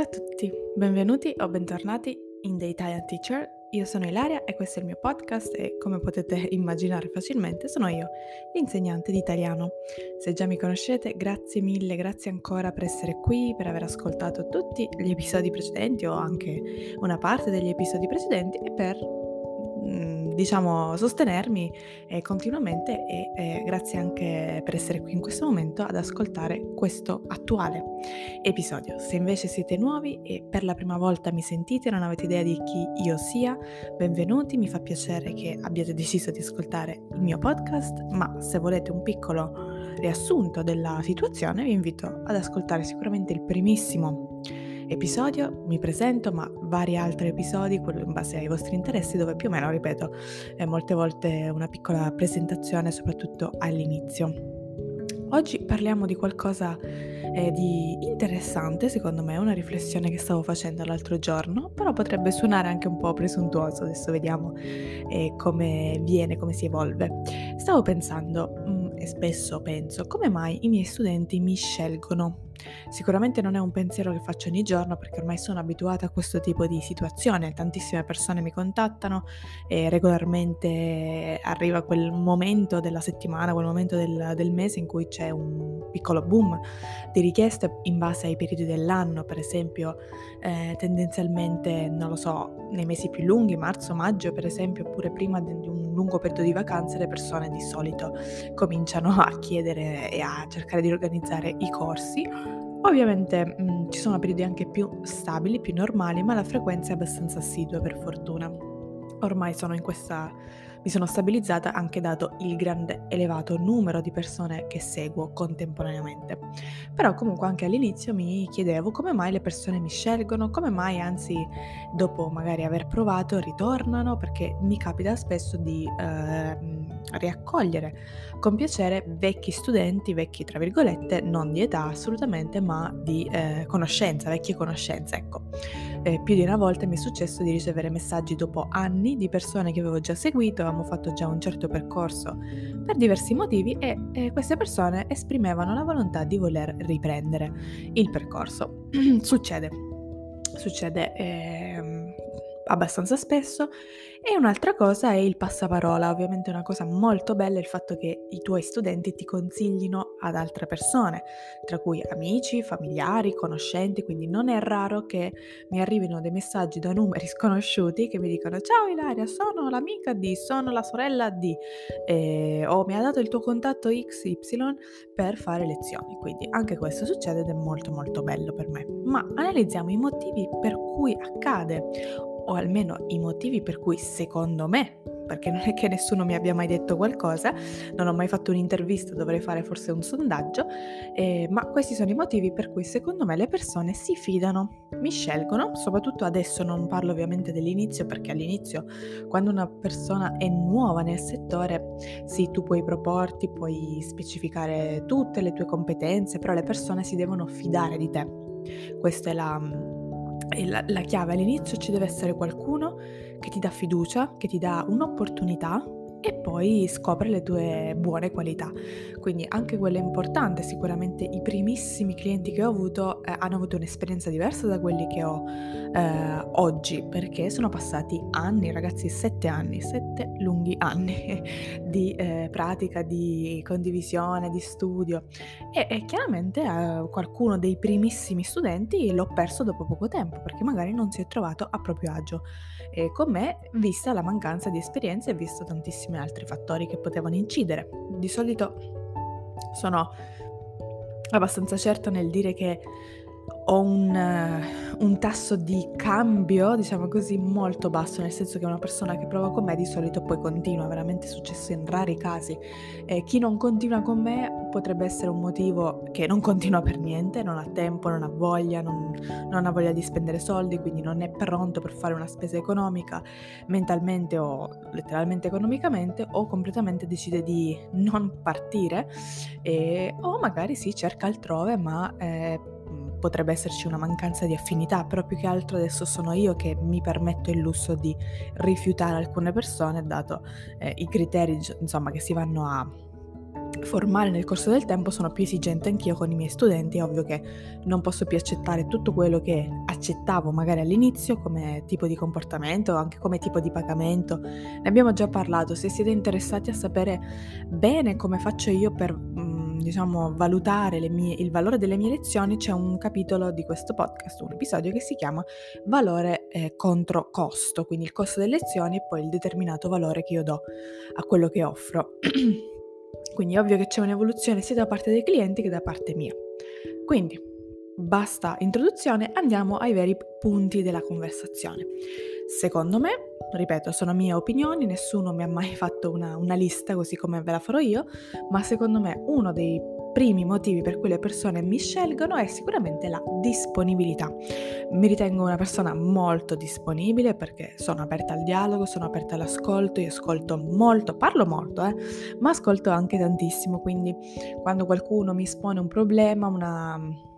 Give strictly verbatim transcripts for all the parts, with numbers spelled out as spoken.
Ciao a tutti, benvenuti o bentornati in The Italian Teacher. Io sono Ilaria e questo è il mio podcast e come potete immaginare facilmente sono io, l'insegnante di italiano. Se già mi conoscete, grazie mille, grazie ancora per essere qui, per aver ascoltato tutti gli episodi precedenti o anche una parte degli episodi precedenti e per mm, diciamo sostenermi eh, continuamente e eh, grazie anche per essere qui in questo momento ad ascoltare questo attuale episodio. Se invece siete nuovi e per la prima volta mi sentite e non avete idea di chi io sia, benvenuti, mi fa piacere che abbiate deciso di ascoltare il mio podcast, ma se volete un piccolo riassunto della situazione vi invito ad ascoltare sicuramente il primissimo episodio, mi presento, ma vari altri episodi, quello in base ai vostri interessi, dove più o meno, ripeto, eh, molte volte una piccola presentazione, soprattutto all'inizio. Oggi parliamo di qualcosa eh, di interessante, secondo me, una riflessione che stavo facendo l'altro giorno, però potrebbe suonare anche un po' presuntuoso, adesso vediamo eh, come viene, come si evolve. Stavo pensando, mm, e spesso penso, come mai i miei studenti mi scelgono? Sicuramente non è un pensiero che faccio ogni giorno perché ormai sono abituata a questo tipo di situazione, tantissime persone mi contattano e regolarmente arriva quel momento della settimana, quel momento del, del mese in cui c'è un piccolo boom di richieste in base ai periodi dell'anno, per esempio eh, tendenzialmente, non lo so, nei mesi più lunghi, marzo, maggio per esempio, oppure prima di un lungo periodo di vacanze, le persone di solito cominciano a chiedere e a cercare di organizzare i corsi. Ovviamente mh, ci sono periodi anche più stabili, più normali, ma la frequenza è abbastanza assidua per fortuna. Ormai sono in questa, mi sono stabilizzata anche dato il grande elevato numero di persone che seguo contemporaneamente. Però comunque anche all'inizio mi chiedevo come mai le persone mi scelgono, come mai anzi dopo magari aver provato ritornano, perché mi capita spesso di eh, riaccogliere con piacere vecchi studenti, vecchi tra virgolette, non di età assolutamente, ma di eh, conoscenza, vecchie conoscenze, ecco. Eh, più di una volta mi è successo di ricevere messaggi dopo anni di persone che avevo già seguito, avevamo fatto già un certo percorso per diversi motivi e eh, queste persone esprimevano la volontà di voler riprendere il percorso. Succede, succede ehm, abbastanza spesso. E un'altra cosa è il passaparola, ovviamente una cosa molto bella è il fatto che i tuoi studenti ti consiglino ad altre persone, tra cui amici, familiari, conoscenti, quindi non è raro che mi arrivino dei messaggi da numeri sconosciuti che mi dicono ciao Ilaria, sono l'amica di, sono la sorella di, eh, o mi ha dato il tuo contatto X Y per fare lezioni, quindi anche questo succede ed è molto molto bello per me. Ma analizziamo i motivi per cui accade, o almeno i motivi per cui secondo me, perché non è che nessuno mi abbia mai detto qualcosa, non ho mai fatto un'intervista, dovrei fare forse un sondaggio, eh, ma questi sono i motivi per cui secondo me le persone si fidano, mi scelgono, soprattutto adesso non parlo ovviamente dell'inizio, perché all'inizio quando una persona è nuova nel settore, sì, tu puoi proporti, puoi specificare tutte le tue competenze, però le persone si devono fidare di te. Questa è la e la la chiave all'inizio ci deve essere qualcuno che ti dà fiducia, che ti dà un'opportunità e poi scopre le tue buone qualità. Quindi anche quello è importante, sicuramente i primissimi clienti che ho avuto, ehm, hanno avuto un'esperienza diversa da quelli che ho, ehm, oggi, perché sono passati anni, ragazzi, sette anni, sette lunghi anni di, ehm, pratica, di condivisione, di studio e e chiaramente, ehm, qualcuno dei primissimi studenti l'ho perso dopo poco tempo, perché magari non si è trovato a proprio agio, ehm, con me, vista la mancanza di esperienza e visto tantissimi altri fattori che potevano incidere. Di solito sono abbastanza certa nel dire che ho un eh, un tasso di cambio, diciamo così, molto basso, nel senso che una persona che prova con me di solito poi continua, veramente è successo in rari casi. E chi non continua con me potrebbe essere un motivo che non continua per niente, non ha tempo, non ha voglia, non non ha voglia di spendere soldi, quindi non è pronto per fare una spesa economica mentalmente o letteralmente economicamente, o completamente decide di non partire, ehm, o magari sì, cerca altrove ma, ehm mhmm, potrebbe esserci una mancanza di affinità, però più che altro adesso sono io che mi permetto il lusso di rifiutare alcune persone dato, ehm, i criteri g insomma che si vanno a formale nel corso del tempo sono più esigente anch'io con i miei studenti. È ovvio che non posso più accettare tutto quello che accettavo magari all'inizio come tipo di comportamento o anche come tipo di pagamento. Ne abbiamo già parlato. Se siete interessati a sapere bene come faccio io per mh, diciamo valutare le mie, il valore delle mie lezioni, c'è un capitolo di questo podcast, un episodio che si chiama valore eh, contro costo, quindi il costo delle lezioni e poi il determinato valore che io do a quello che offro. Quindi è ovvio che c'è un'evoluzione sia da parte dei clienti che da parte mia. Quindi, basta introduzione, andiamo ai veri punti della conversazione. Secondo me, ripeto, sono mie opinioni, nessuno mi ha mai fatto una, una lista così come ve la farò io, ma secondo me uno dei primi motivi per cui le persone mi scelgono è sicuramente la disponibilità. Mi ritengo una persona molto disponibile perché sono aperta al dialogo, sono aperta all'ascolto, io ascolto molto, parlo molto, eh, ma ascolto anche tantissimo, quindi quando qualcuno mi espone un problema, una,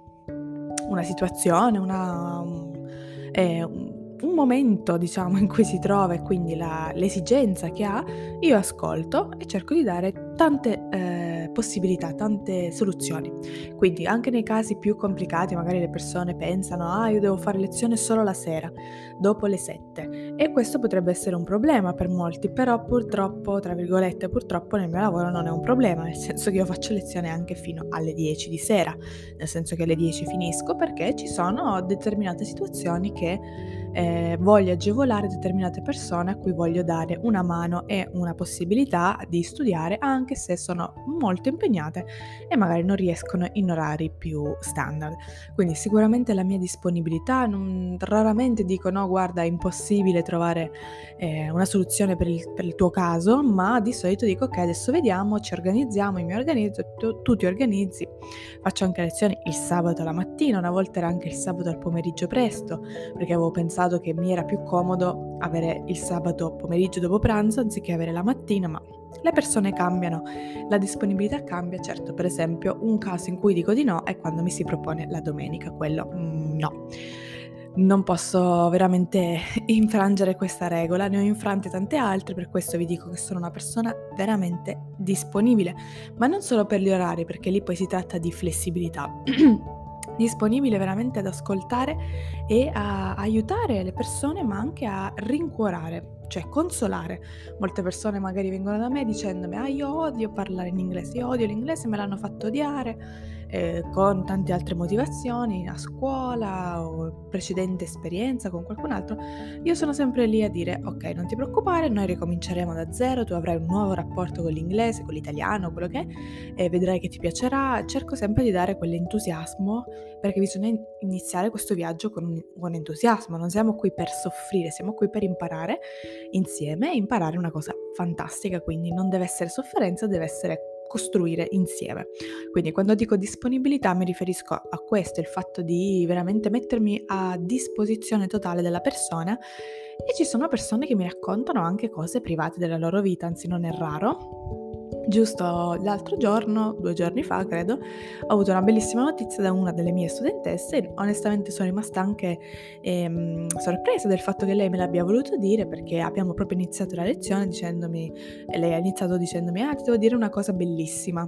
una situazione, una, un, eh, un, un momento diciamo in cui si trova e quindi la, l'esigenza che ha, io ascolto e cerco di dare tante eh, possibilità, tante soluzioni. Quindi anche nei casi più complicati magari le persone pensano ah io devo fare lezione solo la sera, dopo le sette, e questo potrebbe essere un problema per molti, però purtroppo, tra virgolette, purtroppo nel mio lavoro non è un problema, nel senso che io faccio lezione anche fino alle dieci di sera, nel senso che alle dieci finisco perché ci sono determinate situazioni che eh, voglio agevolare determinate persone a cui voglio dare una mano e una possibilità di studiare anche se sono molto impegnate e magari non riescono in orari più standard. Quindi sicuramente la mia disponibilità, non, raramente dico no guarda è impossibile trovare eh, una soluzione per il, per il tuo caso, ma di solito dico ok adesso vediamo, ci organizziamo, io mi organizzo, tu, tu ti organizzi, faccio anche lezioni il sabato alla mattina, una volta era anche il sabato al pomeriggio presto, perché avevo pensato che mi era più comodo avere il sabato pomeriggio dopo pranzo anziché avere la mattina, ma le persone cambiano, la disponibilità cambia. Certo, per esempio un caso in cui dico di no è quando mi si propone la domenica, quello mm, no. Non posso veramente infrangere questa regola, ne ho infrante tante altre, per questo vi dico che sono una persona veramente disponibile, ma non solo per gli orari, perché lì poi si tratta di flessibilità. Disponibile veramente ad ascoltare e a aiutare le persone, ma anche a rincuorare, cioè consolare. Molte persone magari vengono da me dicendomi ah io odio parlare in inglese, io odio l'inglese, me l'hanno fatto odiare, eh, con tante altre motivazioni, a scuola o precedente esperienza con qualcun altro. Io sono sempre lì a dire ok non ti preoccupare, noi ricominceremo da zero, tu avrai un nuovo rapporto con l'inglese, con l'italiano, quello che è, e vedrai che ti piacerà. Cerco sempre di dare quell'entusiasmo perché bisogna iniziare questo viaggio con, un, con entusiasmo, non siamo qui per soffrire, siamo qui per imparare insieme e imparare una cosa fantastica, quindi non deve essere sofferenza, deve essere costruire insieme. Quindi quando dico disponibilità mi riferisco a questo, il fatto di veramente mettermi a disposizione totale della persona, e ci sono persone che mi raccontano anche cose private della loro vita, anzi non è raro. Giusto l'altro giorno, due giorni fa credo, ho avuto una bellissima notizia da una delle mie studentesse e onestamente sono rimasta anche ehm, sorpresa del fatto che lei me l'abbia voluto dire, perché abbiamo proprio iniziato la lezione dicendomi, e lei ha iniziato dicendomi ah ti devo dire una cosa bellissima,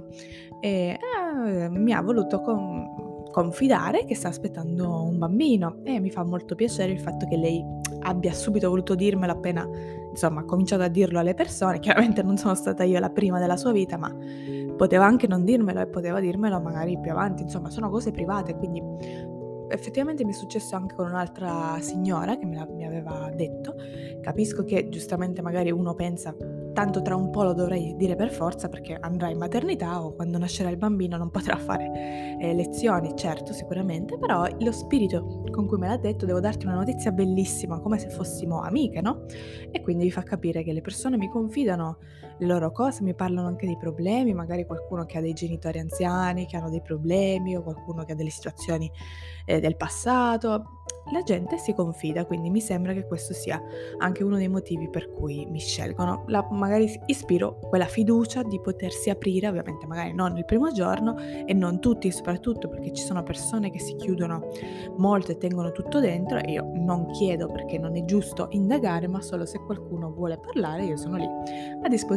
e eh, mi ha voluto con, confidare che sta aspettando un bambino, e mi fa molto piacere il fatto che lei abbia subito voluto dirmelo appena insomma ha cominciato a dirlo alle persone. Chiaramente non sono stata io la prima della sua vita, ma poteva anche non dirmelo e poteva dirmelo magari più avanti, insomma sono cose private, quindi effettivamente mi è successo anche con un'altra signora che me la, mi aveva detto. Capisco che giustamente magari uno pensa tanto tra un po' lo dovrei dire per forza perché andrà in maternità o quando nascerà il bambino non potrà fare eh, lezioni, certo sicuramente, però lo spirito con cui me l'ha detto, devo darti una notizia bellissima come se fossimo amiche, no? E quindi vi fa capire che le persone mi confidano le loro cose, mi parlano anche dei problemi, magari qualcuno che ha dei genitori anziani che hanno dei problemi o qualcuno che ha delle situazioni eh, del passato. La gente si confida, quindi mi sembra che questo sia anche uno dei motivi per cui mi scelgono. La, magari ispiro quella fiducia di potersi aprire, ovviamente magari non il primo giorno e non tutti, soprattutto perché ci sono persone che si chiudono molto e tengono tutto dentro, e io non chiedo perché non è giusto indagare, ma solo se qualcuno vuole parlare io sono lì a disposizione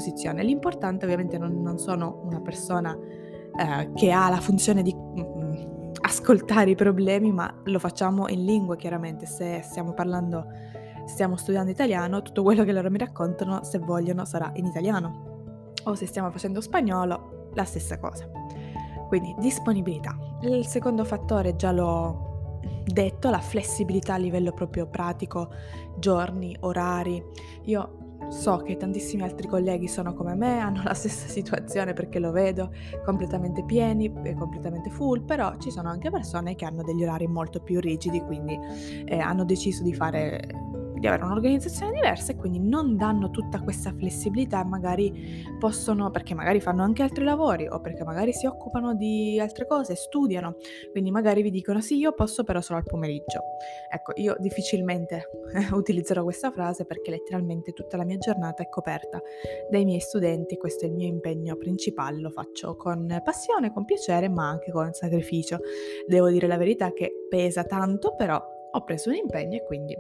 disposizione. L'importante ovviamente non, non sono una persona eh, che ha la funzione di mm, ascoltare i problemi, ma lo facciamo in lingua chiaramente. Se stiamo parlando, stiamo studiando italiano, tutto quello che loro mi raccontano, se vogliono, sarà in italiano. O se stiamo facendo spagnolo, la stessa cosa. Quindi disponibilità. Il secondo fattore già l'ho detto, la flessibilità a livello proprio pratico, giorni, orari. Io so che tantissimi altri colleghi sono come me, hanno la stessa situazione perché lo vedo, completamente pieni, e completamente full, però ci sono anche persone che hanno degli orari molto più rigidi, quindi eh, hanno deciso di fare di avere un'organizzazione diversa e quindi non danno tutta questa flessibilità, magari possono, perché magari fanno anche altri lavori o perché magari si occupano di altre cose, studiano, quindi magari vi dicono sì, io posso però solo al pomeriggio. Ecco, io difficilmente utilizzerò questa frase perché letteralmente tutta la mia giornata è coperta dai miei studenti, questo è il mio impegno principale, lo faccio con passione, con piacere, ma anche con sacrificio. Devo dire la verità che pesa tanto, però ho preso un impegno e quindi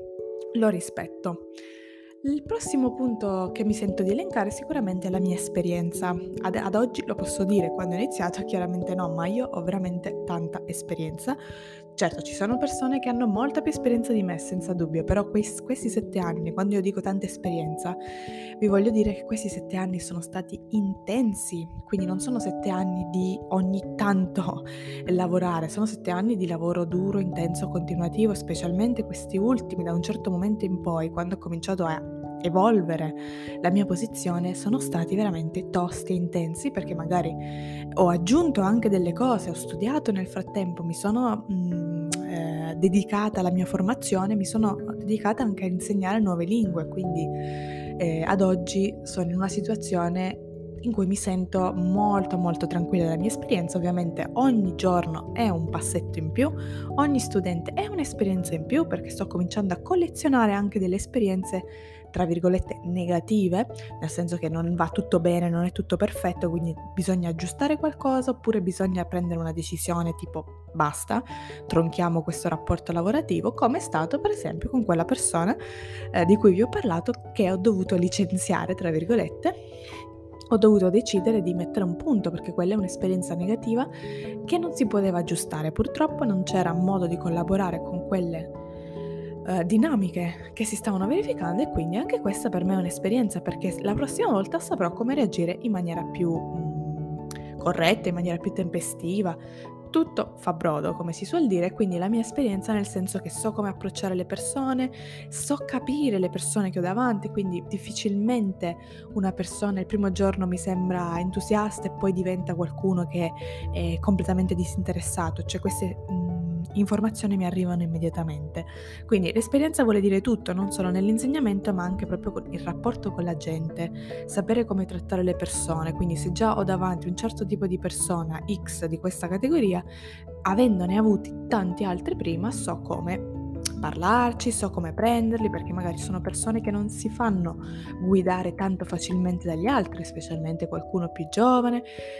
lo rispetto. Il prossimo punto che mi sento di elencare sicuramente è la mia esperienza. Ad, ad oggi lo posso dire, quando ho iniziato chiaramente no, ma io ho veramente tanta esperienza. Certo, ci sono persone che hanno molta più esperienza di me, senza dubbio, però questi, questi sette anni, quando io dico tanta esperienza, vi voglio dire che questi sette anni sono stati intensi, quindi non sono sette anni di ogni tanto lavorare, sono sette anni di lavoro duro, intenso, continuativo, specialmente questi ultimi, da un certo momento in poi, quando ho cominciato a evolvere la mia posizione, sono stati veramente tosti e intensi, perché magari ho aggiunto anche delle cose, ho studiato nel frattempo, mi sono mh, eh, dedicata alla mia formazione, mi sono dedicata anche a insegnare nuove lingue, quindi eh, ad oggi sono in una situazione in cui mi sento molto molto tranquilla della mia esperienza. Ovviamente ogni giorno è un passetto in più, ogni studente è un'esperienza in più, perché sto cominciando a collezionare anche delle esperienze tra virgolette negative, nel senso che non va tutto bene, non è tutto perfetto, quindi bisogna aggiustare qualcosa oppure bisogna prendere una decisione tipo basta, tronchiamo questo rapporto lavorativo, come è stato per esempio con quella persona eh, di cui vi ho parlato, che ho dovuto licenziare tra virgolette. Ho dovuto decidere di mettere un punto, perché quella è un'esperienza negativa che non si poteva aggiustare. Purtroppo non c'era modo di collaborare con quelle uh, dinamiche che si stavano verificando, e quindi anche questa per me è un'esperienza, perché la prossima volta saprò come reagire in maniera più mm, corretta, in maniera più tempestiva. Tutto fa brodo, come si suol dire, quindi la mia esperienza, nel senso che so come approcciare le persone, so capire le persone che ho davanti, quindi difficilmente una persona il primo giorno mi sembra entusiasta e poi diventa qualcuno che è completamente disinteressato, cioè queste mh, informazioni mi arrivano immediatamente. Quindi l'esperienza vuole dire tutto, non solo nell'insegnamento ma anche proprio con il rapporto con la gente, sapere come trattare le persone, quindi se già ho davanti un certo tipo di persona X di questa categoria, avendone avuti tanti altri prima, so come parlarci, so come prenderli, perché magari sono persone che non si fanno guidare tanto facilmente dagli altri, specialmente qualcuno più giovane.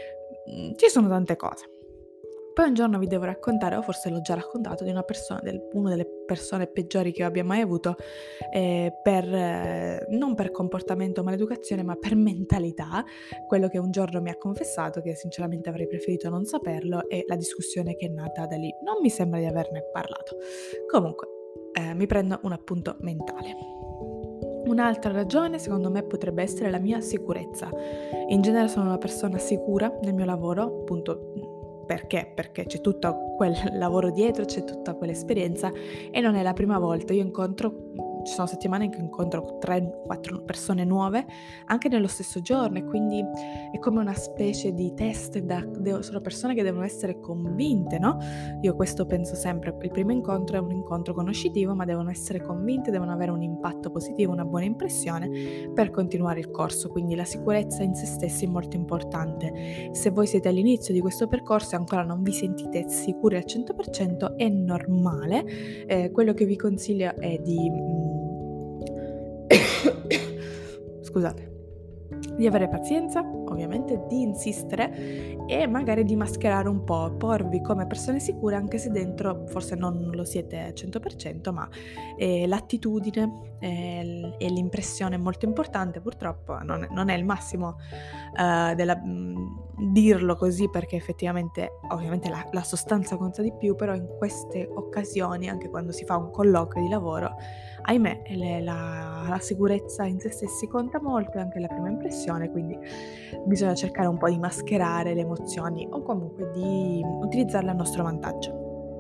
Ci sono tante cose. Poi un giorno vi devo raccontare, o forse l'ho già raccontato, di una persona, del, una delle persone peggiori che io abbia mai avuto, eh, per, eh, non per comportamento o maleducazione, ma per mentalità. Quello che un giorno mi ha confessato, che sinceramente avrei preferito non saperlo, e la discussione che è nata da lì. Non mi sembra di averne parlato. Comunque, eh, mi prendo un appunto mentale. Un'altra ragione, secondo me, potrebbe essere la mia sicurezza. In genere sono una persona sicura nel mio lavoro, appunto. Perché? Perché c'è tutto quel lavoro dietro, c'è tutta quell'esperienza, e non è la prima volta. Io incontro, ci sono settimane in cui incontro tre quattro persone nuove anche nello stesso giorno, e quindi è come una specie di test. Da, sono persone che devono essere convinte, no? Io questo penso sempre. Il primo incontro è un incontro conoscitivo, ma devono essere convinte, devono avere un impatto positivo, una buona impressione per continuare il corso. Quindi la sicurezza in se stessi è molto importante. Se voi siete all'inizio di questo percorso e ancora non vi sentite sicuri al cento per cento, è normale. Eh, quello che vi consiglio è di mm, scusate di avere pazienza, ovviamente, di insistere e magari di mascherare un po', porvi come persone sicure anche se dentro forse non lo siete al cento per cento, ma eh, l'attitudine eh, l- e l'impressione è molto importante, purtroppo non è, non è il massimo eh, della- mh, dirlo così perché effettivamente ovviamente la, la sostanza conta di più, però in queste occasioni, anche quando si fa un colloquio di lavoro, ahimè, le- la, la sicurezza in se stessi conta molto e anche la prima impressione, quindi bisogna cercare un po' di mascherare le emozioni o comunque di utilizzarle a nostro vantaggio.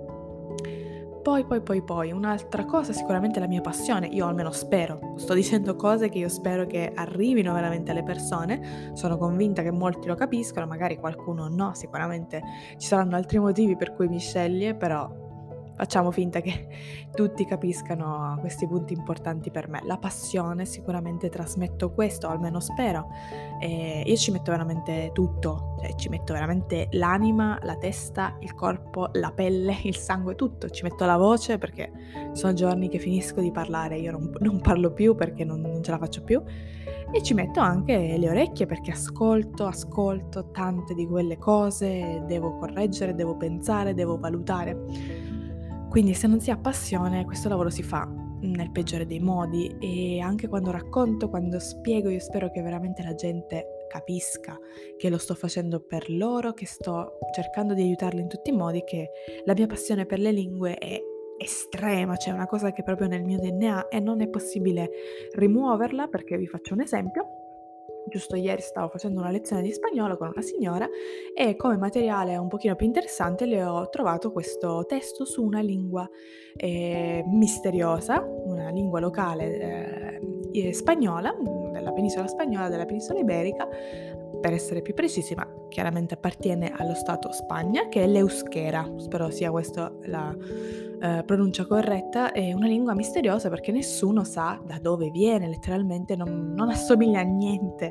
Poi, poi, poi, poi, un'altra cosa sicuramente è la mia passione, io almeno spero, sto dicendo cose che io spero che arrivino veramente alle persone, sono convinta che molti lo capiscono, magari qualcuno no, sicuramente ci saranno altri motivi per cui mi sceglie, però facciamo finta che tutti capiscano questi punti importanti per me. La passione, sicuramente trasmetto questo, o almeno spero. E io ci metto veramente tutto, cioè ci metto veramente l'anima, la testa, il corpo, la pelle, il sangue, tutto. Ci metto la voce perché sono giorni che finisco di parlare, io non, non parlo più perché non, non ce la faccio più. E ci metto anche le orecchie perché ascolto, ascolto tante di quelle cose, devo correggere, devo pensare, devo valutare. Quindi se non si ha passione, questo lavoro si fa nel peggiore dei modi e anche quando racconto, quando spiego, io spero che veramente la gente capisca che lo sto facendo per loro, che sto cercando di aiutarli in tutti i modi, che la mia passione per le lingue è estrema, cioè è una cosa che è proprio nel mio D N A e non è possibile rimuoverla perché vi faccio un esempio. Giusto ieri stavo facendo una lezione di spagnolo con una signora e come materiale un pochino più interessante le ho trovato questo testo su una lingua eh, misteriosa, una lingua locale eh, spagnola, della penisola spagnola, della penisola iberica, per essere più precisi, ma chiaramente appartiene allo stato Spagna, che è l'euskera, spero sia questa la eh, pronuncia corretta, è una lingua misteriosa perché nessuno sa da dove viene, letteralmente non, non assomiglia a niente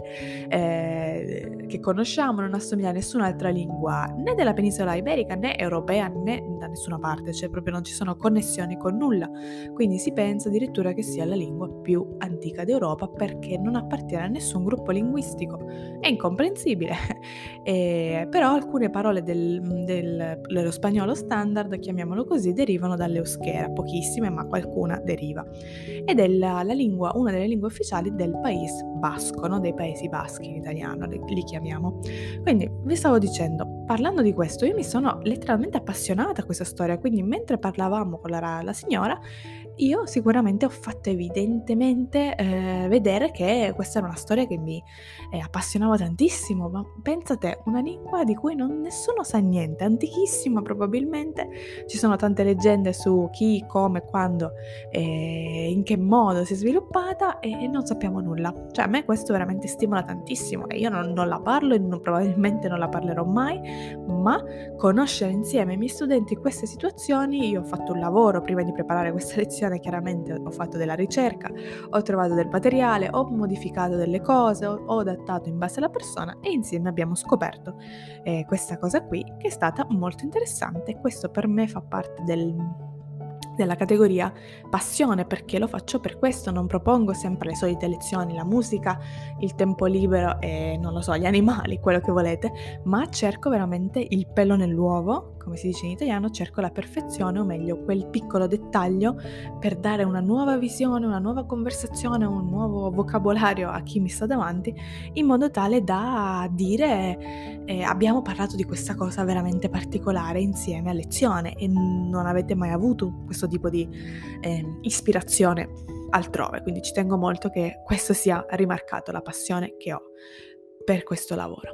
eh, che conosciamo, non assomiglia a nessun'altra lingua né della penisola iberica né europea né da nessuna parte, cioè proprio non ci sono connessioni con nulla, quindi si pensa addirittura che sia la lingua più antica d'Europa perché non appartiene a nessun gruppo linguistico, è incomprensibile. Eh, però alcune parole del, del- dello spagnolo standard, chiamiamolo così, derivano dall'euskera, pochissime ma qualcuna deriva ed è la, la lingua, una delle lingue ufficiali del País Basco, no? Dei Paesi Baschi in italiano, li, li chiamiamo. Quindi vi stavo dicendo, parlando di questo, io mi sono letteralmente appassionata a questa storia, quindi mentre parlavamo con la, la signora, io sicuramente ho fatto evidentemente eh, vedere che questa era una storia che mi eh, appassionava tantissimo, ma pensate, una lingua di cui non, nessuno sa niente, antichissima probabilmente, ci sono tante leggende su chi, come, quando e in che modo si è sviluppata e non sappiamo nulla. Cioè a me questo veramente stimola tantissimo e io non, non la parlo e non- probabilmente non la parlerò mai, ma conoscere insieme ai miei studenti queste situazioni, io ho fatto un lavoro prima di preparare questa lezione, chiaramente ho fatto della ricerca, ho trovato del materiale, ho modificato delle cose, ho, ho adattato in base alla persona e insieme abbiamo scoperto eh, questa cosa qui che è stata molto interessante. Questo per me fa parte del della categoria passione perché lo faccio per questo, non propongo sempre le solite lezioni, la musica, il tempo libero e non lo so, gli animali, quello che volete, ma cerco veramente il pelo nell'uovo, come si dice in italiano, cerco la perfezione o meglio quel piccolo dettaglio per dare una nuova visione, una nuova conversazione, un nuovo vocabolario a chi mi sta davanti in modo tale da dire eh, abbiamo parlato di questa cosa veramente particolare insieme a lezione e non avete mai avuto questo tipo di eh, ispirazione altrove, quindi ci tengo molto che questo sia rimarcato, la passione che ho per questo lavoro.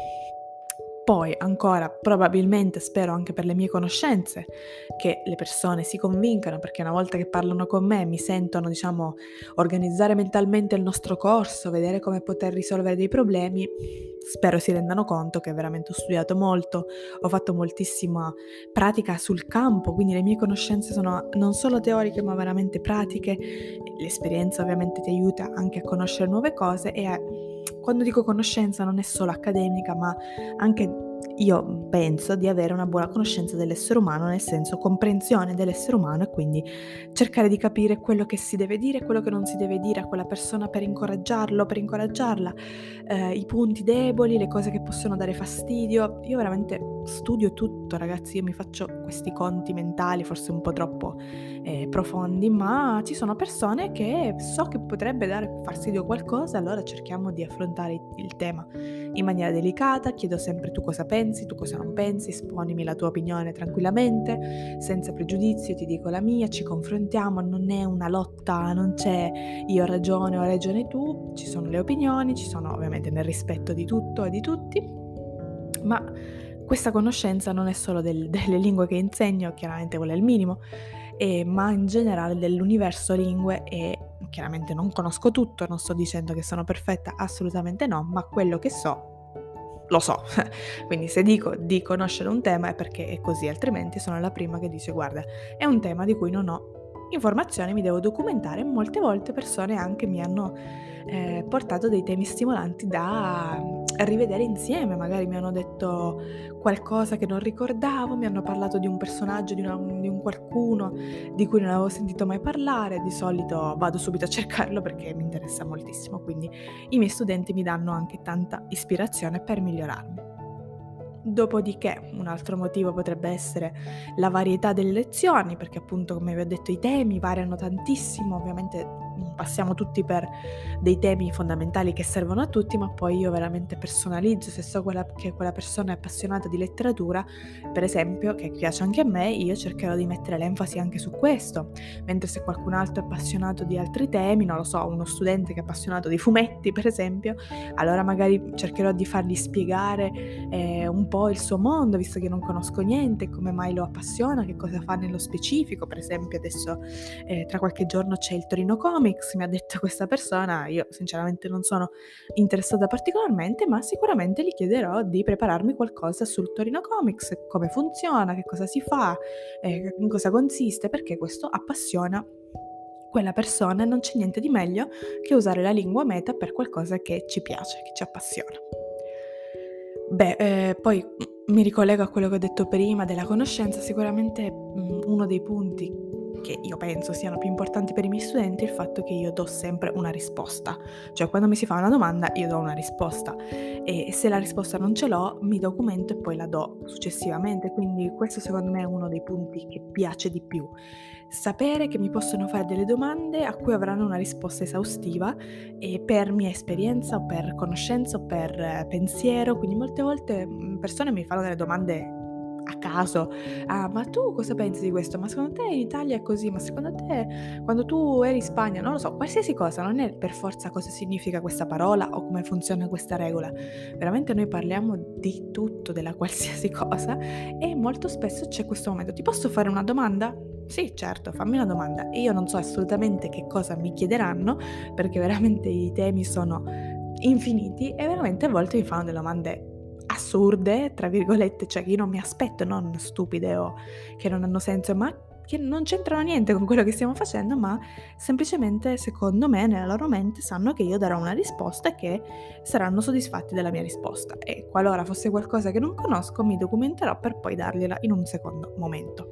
Poi ancora, probabilmente, spero anche per le mie conoscenze, che le persone si convincano perché una volta che parlano con me mi sentono, diciamo, organizzare mentalmente il nostro corso, vedere come poter risolvere dei problemi, spero si rendano conto che veramente ho studiato molto, ho fatto moltissima pratica sul campo, quindi le mie conoscenze sono non solo teoriche ma veramente pratiche, l'esperienza ovviamente ti aiuta anche a conoscere nuove cose e a, quando dico conoscenza non è solo accademica ma anche io penso di avere una buona conoscenza dell'essere umano, nel senso comprensione dell'essere umano, e quindi cercare di capire quello che si deve dire e quello che non si deve dire a quella persona per incoraggiarlo, per incoraggiarla, eh, i punti deboli, le cose che possono dare fastidio. Io veramente studio tutto, ragazzi, io mi faccio questi conti mentali, forse un po' troppo eh, profondi, ma ci sono persone che so che potrebbe dare fastidio qualcosa, allora cerchiamo di affrontare il il tema in maniera delicata, chiedo sempre tu cosa pensi, tu cosa non pensi, esponimi la tua opinione tranquillamente, senza pregiudizio, ti dico la mia, ci confrontiamo, non è una lotta, non c'è io ho ragione o hai ragione tu, ci sono le opinioni, ci sono ovviamente nel rispetto di tutto e di tutti, ma questa conoscenza non è solo del- delle lingue che insegno, chiaramente quello è il minimo, eh, ma in generale dell'universo lingue, e chiaramente non conosco tutto, non sto dicendo che sono perfetta, assolutamente no, ma quello che so, lo so. Quindi se dico di conoscere un tema è perché è così, altrimenti sono la prima che dice guarda, è un tema di cui non ho informazioni, mi devo documentare. Molte volte persone anche mi hanno eh, portato dei temi stimolanti da mm, rivedere insieme, magari mi hanno detto qualcosa che non ricordavo, mi hanno parlato di un personaggio, di, una- di un qualcuno di cui non avevo sentito mai parlare. Di solito vado subito a cercarlo perché mi interessa moltissimo, quindi i miei studenti mi danno anche tanta ispirazione per migliorarmi. Dopodiché, un altro motivo potrebbe essere la varietà delle lezioni, perché appunto, come vi ho detto, i temi variano tantissimo. Ovviamente mh, passiamo tutti per dei temi fondamentali che servono a tutti, ma poi io veramente personalizzo. Se so quella- che quella persona è appassionata di letteratura, per esempio, che piace anche a me, io cercherò di mettere l'enfasi anche su questo. Mentre se qualcun altro è appassionato di altri temi, non lo so, uno studente che è appassionato di fumetti, per esempio, allora magari cercherò di fargli spiegare eh, un po' il suo mondo, visto che non conosco niente, come mai lo appassiona, che cosa fa nello specifico. Per esempio adesso eh, tra qualche giorno c'è il Torino Comics, mi ha detto questa persona, io sinceramente non sono interessata particolarmente, ma sicuramente gli chiederò di prepararmi qualcosa sul Torino Comics, come funziona, che cosa si fa, eh, in cosa consiste, perché questo appassiona quella persona e non c'è niente di meglio che usare la lingua meta per qualcosa che ci piace, che ci appassiona. Beh, ehm, poi, mhmm, mi ricollego a quello che ho detto prima della conoscenza. Sicuramente, mhmm, uno dei punti che io penso siano più importanti per i miei studenti è il fatto che io do sempre una risposta. Cioè, quando mi si fa una domanda io do una risposta, e se la risposta non ce l'ho mi documento e poi la do successivamente. Quindi questo secondo me è uno dei punti che piace di più. Sapere che mi possono fare delle domande a cui avranno una risposta esaustiva, e per mia esperienza o per conoscenza o per eh, pensiero. Quindi molte volte mh, persone mi fanno delle domande a caso: ah, ma tu cosa pensi di questo? Ma secondo te in Italia è così? Ma secondo te quando tu eri in Spagna? Non lo so, qualsiasi cosa, non è per forza cosa significa questa parola o come funziona questa regola. Veramente noi parliamo di tutto, della qualsiasi cosa, e molto spesso c'è questo momento: ti posso fare una domanda? Sì, certo, fammi una domanda. E io non so assolutamente che cosa mi chiederanno, perché veramente i temi sono infiniti e veramente a volte mi fanno delle domande assurde, tra virgolette, cioè che io non mi aspetto, non stupide o che non hanno senso, ma che non c'entrano niente con quello che stiamo facendo, ma semplicemente secondo me nella loro mente sanno che io darò una risposta e che saranno soddisfatti della mia risposta, e qualora fosse qualcosa che non conosco mi documenterò per poi dargliela in un secondo momento.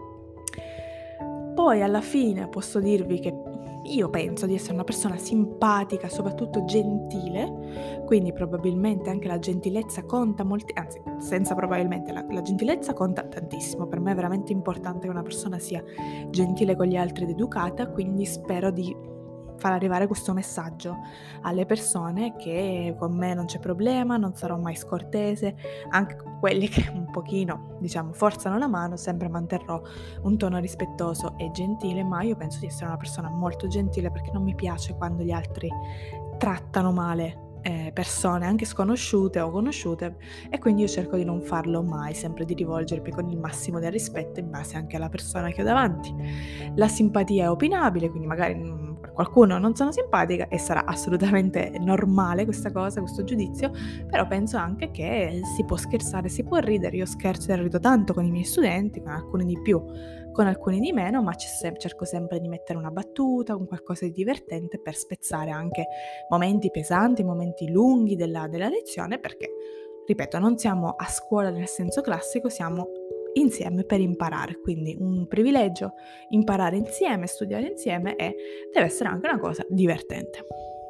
Poi alla fine posso dirvi che io penso di essere una persona simpatica, soprattutto gentile, quindi probabilmente anche la gentilezza conta molti, anzi, senza probabilmente, la, la gentilezza conta tantissimo. Per me è veramente importante che una persona sia gentile con gli altri ed educata, quindi spero di far arrivare questo messaggio alle persone, che con me non c'è problema, non sarò mai scortese, anche con quelli che un pochino, diciamo, forzano la mano, sempre manterrò un tono rispettoso e gentile, ma io penso di essere una persona molto gentile, perché non mi piace quando gli altri trattano male eh, persone anche sconosciute o conosciute, e quindi io cerco di non farlo mai, sempre di rivolgermi con il massimo del rispetto in base anche alla persona che ho davanti. La simpatia è opinabile, quindi magari mm, per qualcuno non sono simpatica e sarà assolutamente normale questa cosa, questo giudizio, però penso anche che si può scherzare, si può ridere. Io scherzo e rido tanto con i miei studenti, con alcuni di più, con alcuni di meno, ma c'è sem- cerco sempre di mettere una battuta, un qualcosa di divertente per spezzare anche momenti pesanti, momenti lunghi della, della lezione, perché Ripeto, non siamo a scuola nel senso classico, siamo insieme per imparare, quindi un privilegio imparare insieme, studiare insieme e deve essere anche una cosa divertente.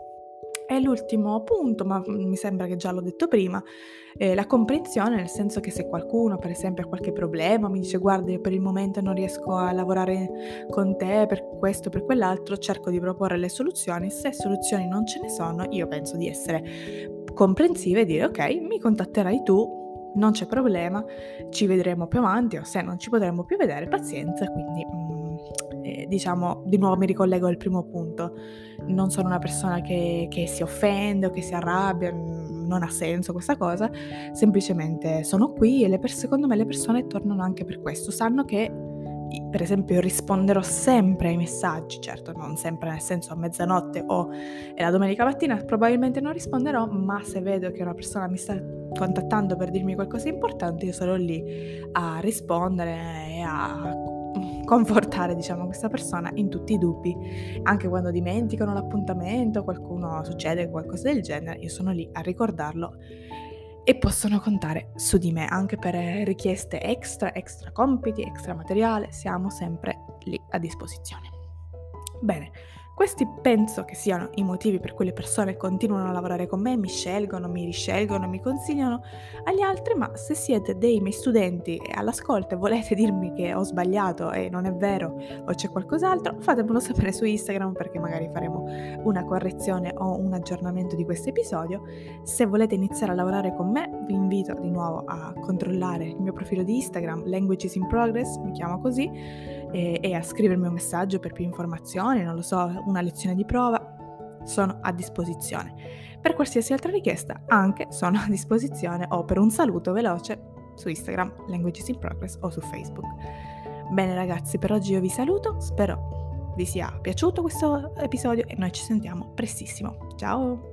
E l'ultimo punto, ma mm, mi sembra che già l'ho detto prima, è la comprensione, nel senso che se qualcuno per esempio ha qualche problema, mi dice guarda io per il momento non riesco a lavorare con te per questo, per quell'altro, cerco di proporre le soluzioni, se soluzioni non ce ne sono io penso di essere comprensiva e dire ok, mi contatterai tu, non c'è problema, ci vedremo più avanti o se non ci potremo più vedere, pazienza, quindi mm, eh, diciamo di nuovo mi ricollego al primo punto, non sono una persona che, che si offende o che si arrabbia, mm, non ha senso questa cosa, semplicemente sono qui e le pers- secondo me le persone tornano anche per questo, sanno che i- per esempio io risponderò sempre ai messaggi, certo non sempre nel senso a mezzanotte o è la domenica mattina, probabilmente non risponderò, ma se vedo che una persona mi sta contattando per dirmi qualcosa di importante, io sarò lì a rispondere e a confortare, diciamo, questa persona in tutti i dubbi. Anche quando dimenticano l'appuntamento, qualcuno succede qualcosa del genere, io sono lì a ricordarlo e possono contare su di me anche per richieste extra, extra compiti, extra materiale, siamo sempre lì a disposizione. Bene, questi penso che siano i motivi per cui le persone continuano a lavorare con me, mi scelgono, mi riscelgono, mi consigliano agli altri, ma se siete dei miei studenti e all'ascolto e volete dirmi che ho sbagliato e non è vero o c'è qualcos'altro, fatemelo sapere su Instagram perché magari faremo una correzione o un aggiornamento di questo episodio. Se volete iniziare a lavorare con me, vi invito di nuovo a controllare il mio profilo di Instagram, Languages in Progress, mi chiamo così, e, e a scrivermi un messaggio per più informazioni, non lo so, una lezione di prova, sono a disposizione. Per qualsiasi altra richiesta anche sono a disposizione o per un saluto veloce su Instagram, Languages in Progress o su Facebook. Bene ragazzi, per oggi io vi saluto, spero vi sia piaciuto questo episodio e noi ci sentiamo prestissimo. Ciao!